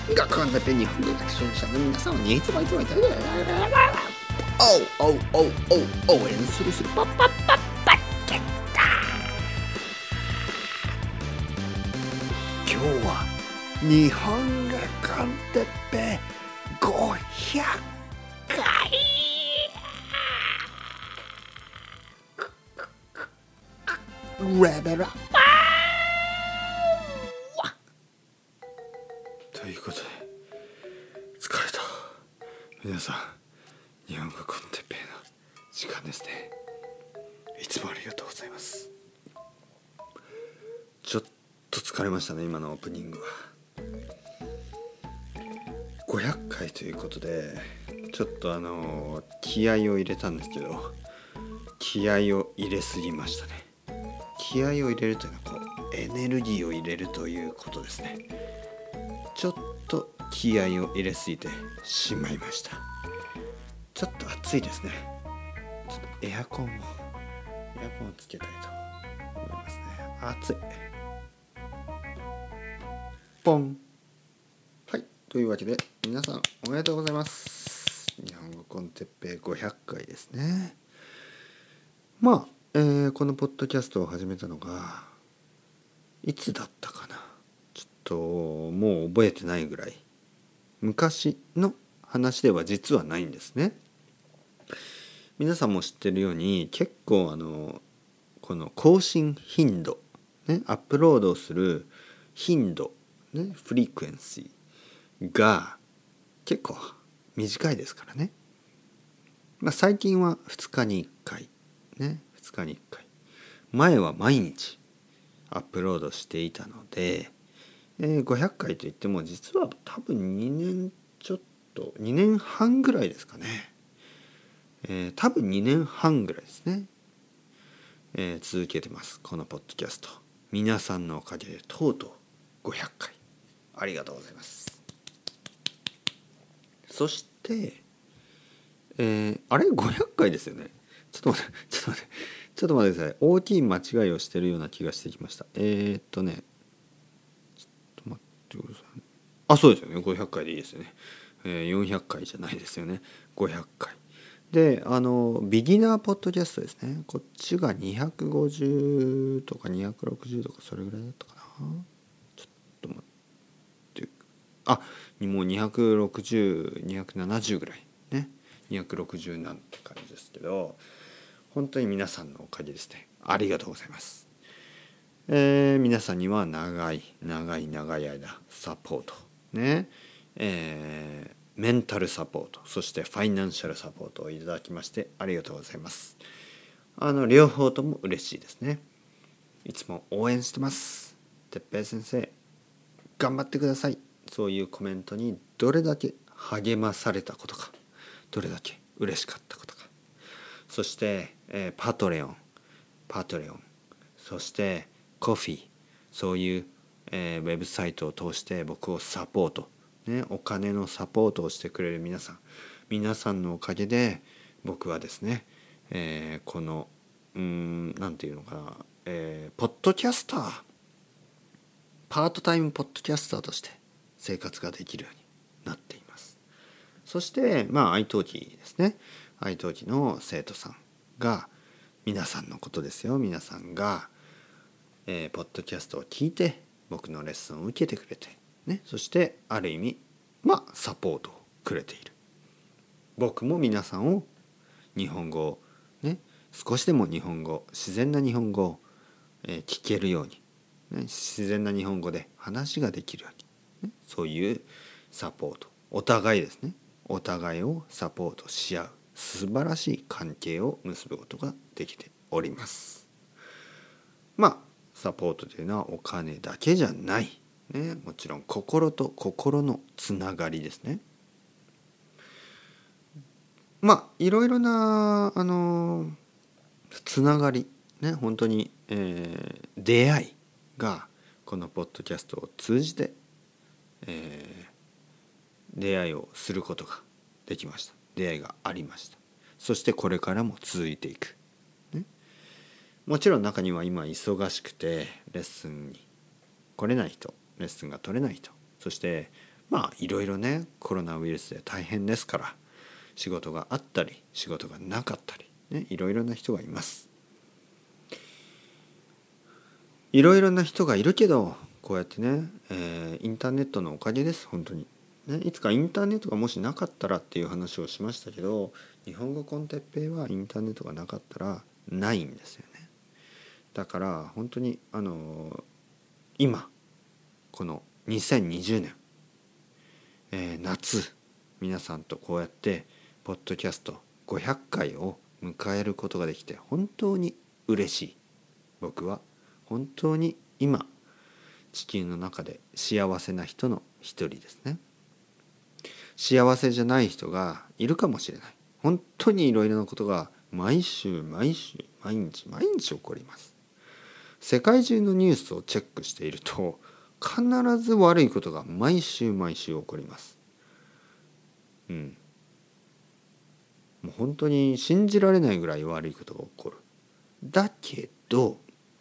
学校で日本語学習者の皆さんをいつも応援するパッパッパッパッケッタ今日は日本語コンテッペ500回レベルアップということで疲れた皆さん、日本語コンテッペイの時間ですね。いつもありがとうございます。ちょっと疲れましたね、今のオープニングは。500回ということでちょっと気合を入れたんですけど、気合を入れすぎましたね。気合を入れるというのはエネルギーを入れるということですね。ちょっと気合を入れすぎてしまいました。ちょっと暑いですね。ちょっとエアコンをつけたいと思いますね。暑い。ポン。はい、というわけで皆さんおめでとうございます。日本語コンテッペイ500回ですね。このポッドキャストを始めたのがいつだったかな、ちょっともう覚えてないぐらい昔の話では実はないんですね。皆さんも知ってるように結構この更新頻度、ね、アップロードをする頻度、ね、フリクエンシーが結構短いですからね。最近は2日に1回ね、2日に1回、前は毎日アップロードしていたので、500回といっても実は多分2年半ぐらいですかね。多分2年半ぐらいですね。続けてますこのポッドキャスト。皆さんのおかげでとうとう500回ありがとうございます。そしてあれ500回ですよね。ちょっと待ってください。大きい間違いをしてるような気がしてきました。ちょっと待ってください。あ、そうですよね。500回でいいですよね。400回じゃないですよね。500回。で、ビギナーポッドキャストですね。こっちが250とか260とかそれぐらいだったかな。ちょっと待って。もう260、270ぐらいね。260なんて感じですけど、本当に皆さんのおかげですね。ありがとうございます。皆さんには長い間サポートね、メンタルサポート、そしてファイナンシャルサポートをいただきましてありがとうございます。両方とも嬉しいですね。いつも応援してます。てっぺい先生頑張ってください。そういうコメントにどれだけ励まされたことか、どれだけ嬉しかったことか、そして、パトレオン、そしてコフィ、そういう、ウェブサイトを通して僕をサポート、ね、お金のサポートをしてくれる皆さんのおかげで僕はですね、このなんていうのかな、ポッドキャスター、パートタイムポッドキャスターとして生活ができるようになっています。そしてiTalkiですね。iTalkiの生徒さんが、皆さんのことですよ。皆さんが、ポッドキャストを聞いて僕のレッスンを受けてくれて、ね、そしてある意味サポートをくれている。僕も皆さんを日本語をね、少しでも日本語、自然な日本語を、聞けるように、ね、自然な日本語で話ができるように、ね、そういうサポート、お互いですね、お互いをサポートし合う素晴らしい関係を結ぶことができております。サポートというのはお金だけじゃない、ね、もちろん心と心のつながりですね。いろいろなつながり、ね、本当に、出会いがこのポッドキャストを通じて、出会いをすることができました。出会いがありました。そしてこれからも続いていく、ね、もちろん中には今忙しくてレッスンに来れない人、レッスンが取れない人、そしていろいろねコロナウイルスで大変ですから、仕事があったり仕事がなかったりね、いろいろな人がいます。いろいろな人がいるけど、こうやってね、インターネットのおかげです本当に、ね、いつかインターネットがもしなかったらっていう話をしましたけど、日本語コンテッペイはインターネットがなかったらないんですよね。だから本当に今この2020年、夏皆さんとこうやってポッドキャスト500回を迎えることができて本当に嬉しい。僕は本当に今地球の中で幸せな人の一人ですね。幸せじゃない人がいるかもしれない。本当にいろいろなことが毎週毎日起こります。世界中のニュースをチェックしていると必ず悪いことが毎週起こります。もう本当に信じられないぐらい悪いことが起こる。だけど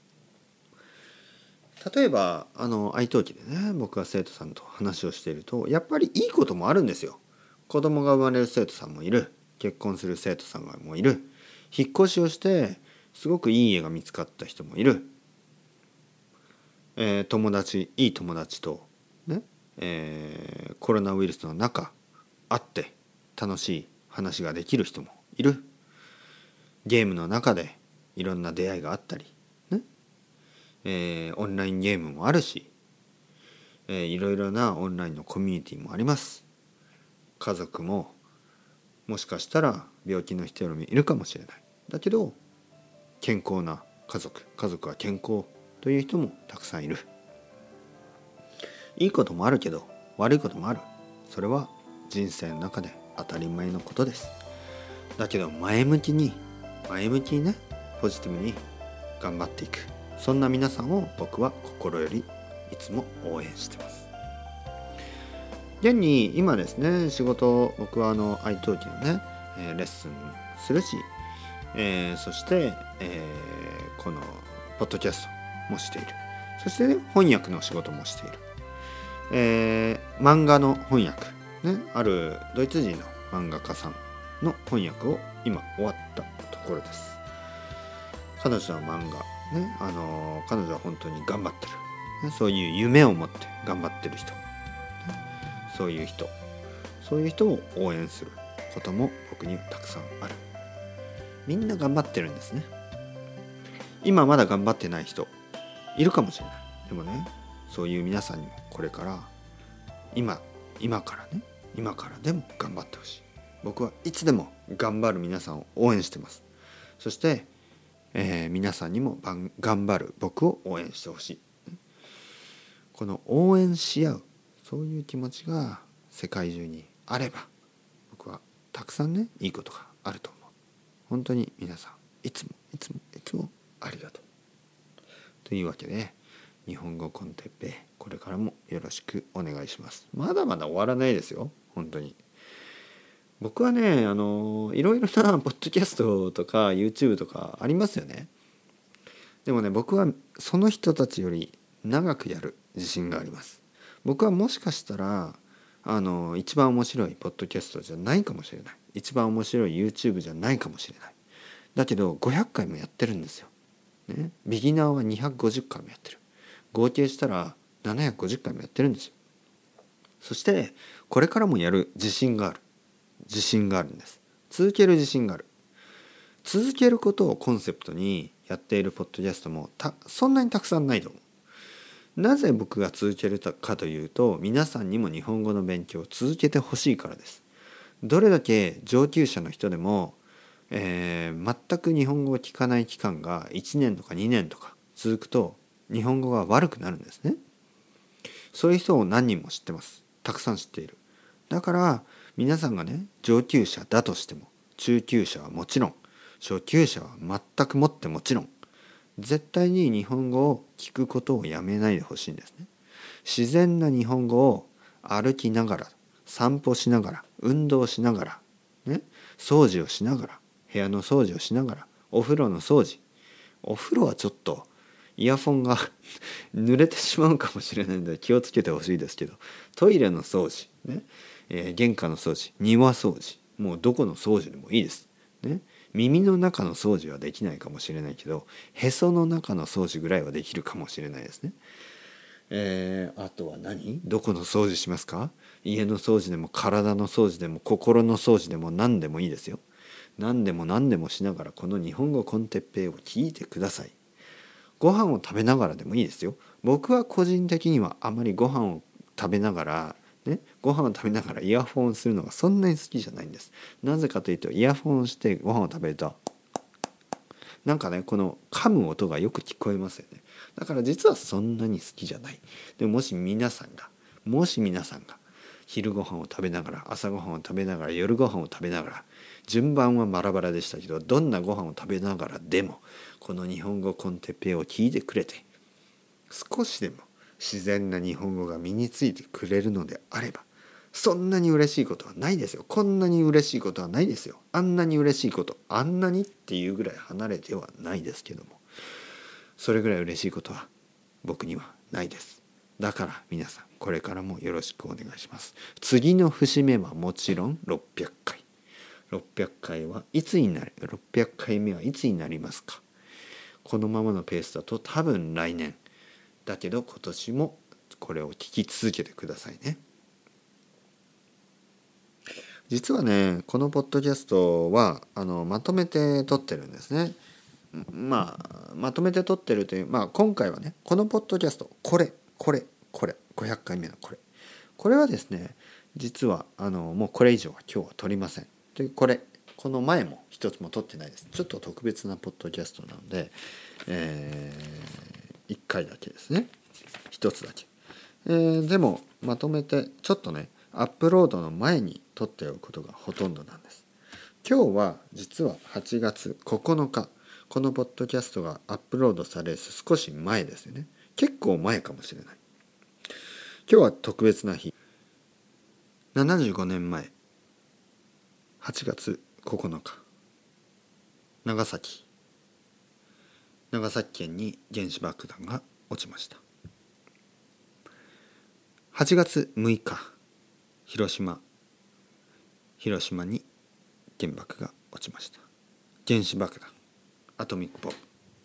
例えば愛登記でね、僕が生徒さんと話をしているとやっぱりいいこともあるんですよ。子供が生まれる生徒さんもいる、結婚する生徒さんもいる、引っ越しをしてすごくいい家が見つかった人もいる、いい友達とね、コロナウイルスの中会って楽しい話ができる人もいる。ゲームの中でいろんな出会いがあったりね、オンラインゲームもあるし、いろいろなオンラインのコミュニティもあります。家族ももしかしたら病気の人よりもいるかもしれない。だけど健康な家族は健康という人もたくさんいる。いいこともあるけど悪いこともある。それは人生の中で当たり前のことです。だけど前向きにね、ポジティブに頑張っていく、そんな皆さんを僕は心よりいつも応援してます。現に今ですね、仕事僕は愛登記のね、レッスンするし、そして、このポッドキャストもしている。そしてね、翻訳の仕事もしている。漫画の翻訳、ね、あるドイツ人の漫画家さんの翻訳を今終わったところです。彼女の漫画ね、彼女は本当に頑張ってる、ね、そういう夢を持って頑張ってる人、そういう人を応援することも僕にはたくさんある。みんな頑張ってるんですね。今まだ頑張ってない人いるかもしれない。でもね、そういう皆さんにもこれから今からでも頑張ってほしい。僕はいつでも頑張る皆さんを応援してます。そして、皆さんにも頑張る僕を応援してほしい。この応援し合う、そういう気持ちが世界中にあれば僕はたくさんね、いいことがあると思う。本当に皆さんいつもありがとうというわけで、日本語コンテッペイこれからもよろしくお願いします。まだまだ終わらないですよ。本当に僕はね、いろいろなポッドキャストとか YouTube とかありますよね。でもね、僕はその人たちより長くやる自信があります。僕はもしかしたら一番面白いポッドキャストじゃないかもしれない。一番面白い YouTube じゃないかもしれない。だけど500回もやってるんですよ、ね、ビギナーは250回もやってる。合計したら750回もやってるんですよ。そしてこれからもやる自信があるんです。続ける自信がある。続けることをコンセプトにやっているポッドキャストもそんなにたくさんないと思う。なぜ僕が続けるかというと、皆さんにも日本語の勉強を続けてほしいからです。どれだけ上級者の人でも、全く日本語を聞かない期間が1年とか2年とか続くと日本語が悪くなるんですね。そういう人を何人も知ってます。たくさん知っている。だから皆さんがね、上級者だとしても、中級者はもちろん、初級者は全くもってもちろん、絶対に日本語を聞くことをやめないでほしいんですね。自然な日本語を歩きながら、散歩しながら、運動しながら、ね、掃除をしながら、部屋の掃除をしながら、お風呂の掃除。お風呂はちょっとイヤフォンが濡れてしまうかもしれないので気をつけてほしいですけど、トイレの掃除ね、玄関の掃除、庭掃除、もうどこの掃除でもいいです、ね、耳の中の掃除はできないかもしれないけど、へその中の掃除ぐらいはできるかもしれないですね。あとはどこの掃除しますか？家の掃除でも体の掃除でも心の掃除でも何でもいいですよ。何でもしながらこの日本語コンテッペイを聞いてください。ご飯を食べながらでもいいですよ。僕は個人的にはあまりご飯を食べながらイヤホンするのがそんなに好きじゃないんです。なぜかというと、イヤホンしてご飯を食べるとなんかね、この噛む音がよく聞こえますよね。だから実はそんなに好きじゃない。でもし皆さんが昼ご飯を食べながら、朝ご飯を食べながら、夜ご飯を食べながら、順番はバラバラでしたけど、どんなご飯を食べながらでもこの日本語コンテッペイを聞いてくれて、少しでも自然な日本語が身についてくれるのであれば、そんなに嬉しいことはないですよ。こんなに嬉しいことはないですよ。あんなに嬉しいこと、あんなにっていうぐらい離れてはないですけども、それぐらい嬉しいことは僕にはないです。だから皆さん、これからもよろしくお願いします。次の節目はもちろん600回。600回はいつになる600回目はいつになりますか？このままのペースだと多分来年だけど、今年もこれを聞き続けてくださいね。実はね、このポッドキャストはまとめて撮ってるんですね。まとめて撮ってるという、今回はね、このポッドキャスト、これ500回目のこれはですね、実はもうこれ以上は今日は撮りません。でこの前も一つも撮ってないです。ちょっと特別なポッドキャストなので、1回だけですね、1つだけ。でもまとめてちょっとね、アップロードの前に撮っておくことがほとんどなんです。今日は実は8月9日、このポッドキャストがアップロードされる少し前ですよね。結構前かもしれない。今日は特別な日。75年前8月9日、長崎県に原子爆弾が落ちました。8月6日、広島に原爆が落ちました。原子爆弾、アトミックボム。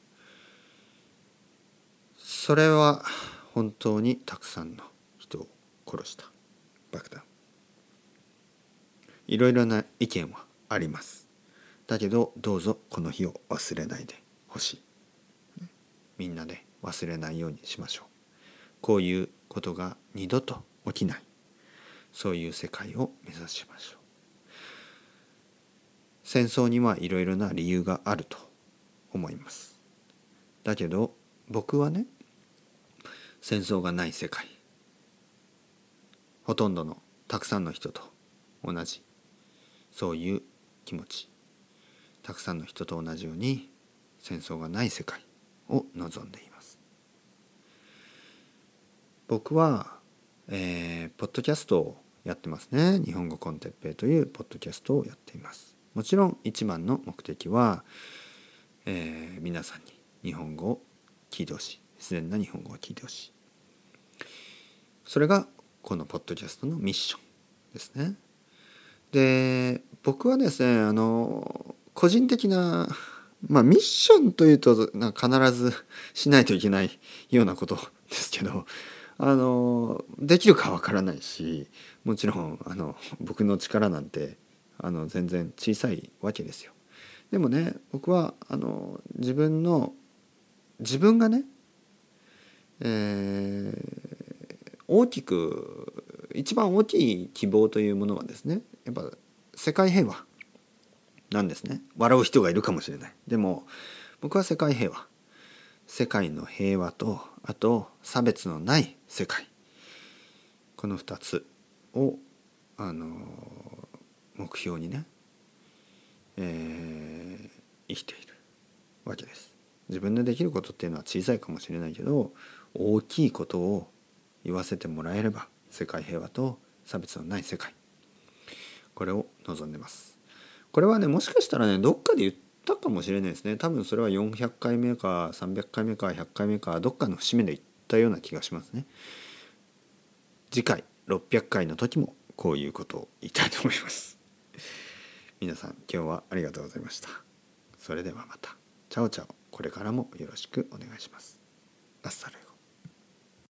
それは本当にたくさんの人を殺した爆弾。いろいろな意見はあります。だけどどうぞこの日を忘れないでほしい。みんなで忘れないようにしましょう。こういうことが二度と起きない、そういう世界を目指しましょう。戦争にはいろいろな理由があると思います。だけど僕はね、戦争がない世界、ほとんどのたくさんの人と同じ、そういう気持ち、たくさんの人と同じように戦争がない世界を望んでいます。僕は、ポッドキャストをやってますね。日本語コンテッペイというポッドキャストをやっています。もちろん一番の目的は、皆さんに日本語を聞いてほしい、自然な日本語を聞いてほしい。それがこのポッドキャストのミッションですね。で、僕はですね、個人的な、ミッションというと必ずしないといけないようなことですけど、できるかわからないし、もちろん僕の力なんて全然小さいわけですよ。でもね、僕は自分がね、一番大きい希望というものはですね、やっぱ世界平和なんですね。笑う人がいるかもしれない。でも僕は世界平和、世界の平和と、あと差別のない世界、この2つを目標にね、生きているわけです。自分でできることっていうのは小さいかもしれないけど、大きいことを言わせてもらえれば、世界平和と差別のない世界、これを望んでます。これはね、もしかしたらね、どっかで言ったかもしれないですね。多分それは400回目か300回目か100回目かどっかの節目で言ったような気がしますね。次回600回の時もこういうことを言いたいと思います。皆さん今日はありがとうございました。それではまた。チャオチャオ。これからもよろしくお願いします。アッサルエゴ。